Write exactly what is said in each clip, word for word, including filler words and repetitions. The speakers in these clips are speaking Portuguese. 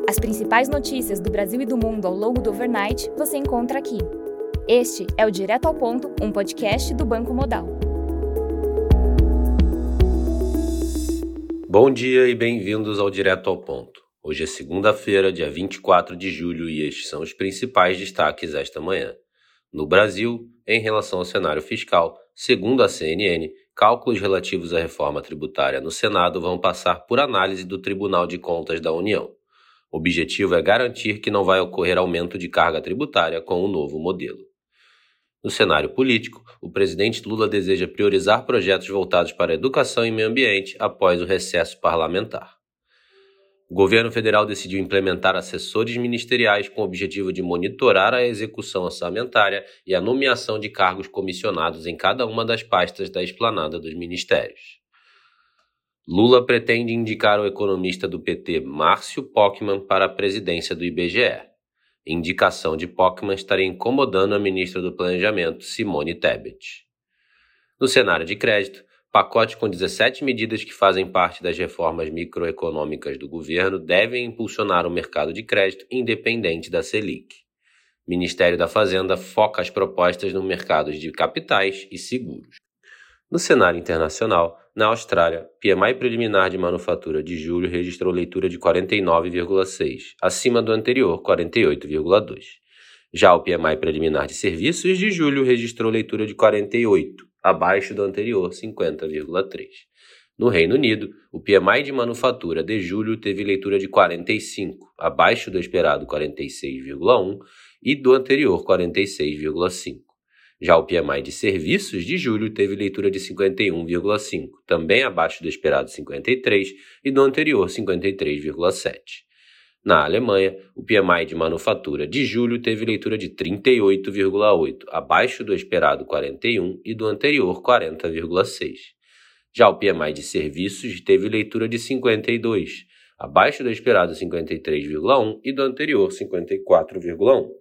As principais notícias do Brasil e do mundo ao longo do overnight você encontra aqui. Este é o Direto ao Ponto, um podcast do Banco Modal. Bom dia e bem-vindos ao Direto ao Ponto. Hoje é segunda-feira, dia vinte e quatro de julho, e estes são os principais destaques esta manhã. No Brasil, em relação ao cenário fiscal, segundo a C N N, cálculos relativos à reforma tributária no Senado vão passar por análise do Tribunal de Contas da União. O objetivo é garantir que não vai ocorrer aumento de carga tributária com o novo modelo. No cenário político, o presidente Lula deseja priorizar projetos voltados para a educação e meio ambiente após o recesso parlamentar. O governo federal decidiu implementar assessores ministeriais com o objetivo de monitorar a execução orçamentária e a nomeação de cargos comissionados em cada uma das pastas da esplanada dos ministérios. Lula pretende indicar o economista do P T, Márcio Pockmann, para a presidência do I B G E. Indicação de Pockmann estaria incomodando a ministra do Planejamento, Simone Tebet. No cenário de crédito, pacote com dezessete medidas que fazem parte das reformas microeconômicas do governo devem impulsionar o mercado de crédito independente da Selic. Ministério da Fazenda foca as propostas no mercado de capitais e seguros. No cenário internacional, na Austrália, P M I preliminar de manufatura de julho registrou leitura de quarenta e nove vírgula seis, acima do anterior quarenta e oito vírgula dois. Já o P M I preliminar de serviços de julho registrou leitura de quarenta e oito, abaixo do anterior cinquenta vírgula três. No Reino Unido, o P M I de manufatura de julho teve leitura de quarenta e cinco, abaixo do esperado quarenta e seis vírgula um e do anterior quarenta e seis vírgula cinco. Já o P M I de serviços de julho teve leitura de cinquenta e um vírgula cinco, também abaixo do esperado cinquenta e três e do anterior cinquenta e três vírgula sete. Na Alemanha, o P M I de manufatura de julho teve leitura de trinta e oito vírgula oito, abaixo do esperado quarenta e um e do anterior quarenta vírgula seis. Já o P M I de serviços teve leitura de cinquenta e dois, abaixo do esperado cinquenta e três vírgula um e do anterior cinquenta e quatro vírgula um.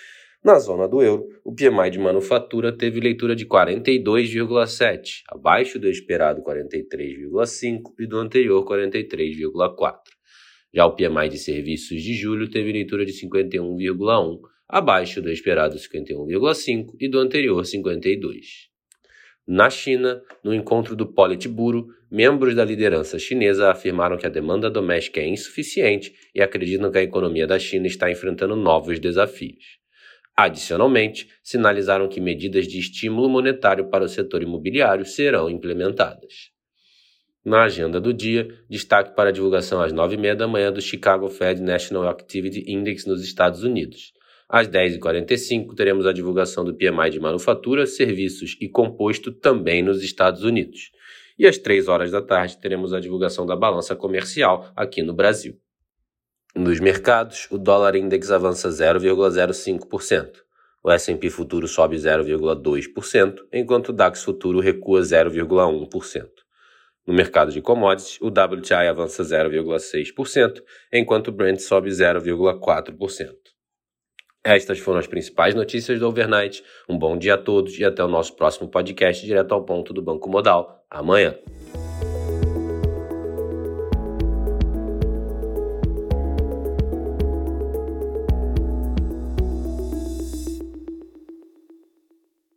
Na zona do euro, o P M I de manufatura teve leitura de quarenta e dois vírgula sete, abaixo do esperado quarenta e três vírgula cinco e do anterior quarenta e três vírgula quatro. Já o P M I de serviços de julho teve leitura de cinquenta e um vírgula um, abaixo do esperado cinquenta e um vírgula cinco e do anterior cinquenta e dois. Na China, no encontro do Politburo, membros da liderança chinesa afirmaram que a demanda doméstica é insuficiente e acreditam que a economia da China está enfrentando novos desafios. Adicionalmente, sinalizaram que medidas de estímulo monetário para o setor imobiliário serão implementadas. Na agenda do dia, destaque para a divulgação às nove e meia da manhã do Chicago Fed National Activity Index nos Estados Unidos. Às dez e quarenta e cinco, teremos a divulgação do P M I de manufatura, serviços e composto também nos Estados Unidos. E às três horas da tarde, teremos a divulgação da balança comercial aqui no Brasil. Nos mercados, o dólar index avança zero vírgula zero cinco por cento. O S e P futuro sobe zero vírgula dois por cento, enquanto o DAX futuro recua zero vírgula um por cento. No mercado de commodities, o W T I avança zero vírgula seis por cento, enquanto o Brent sobe zero vírgula quatro por cento. Estas foram as principais notícias do overnight. Um bom dia a todos e até o nosso próximo podcast direto ao ponto do Banco Modal, amanhã.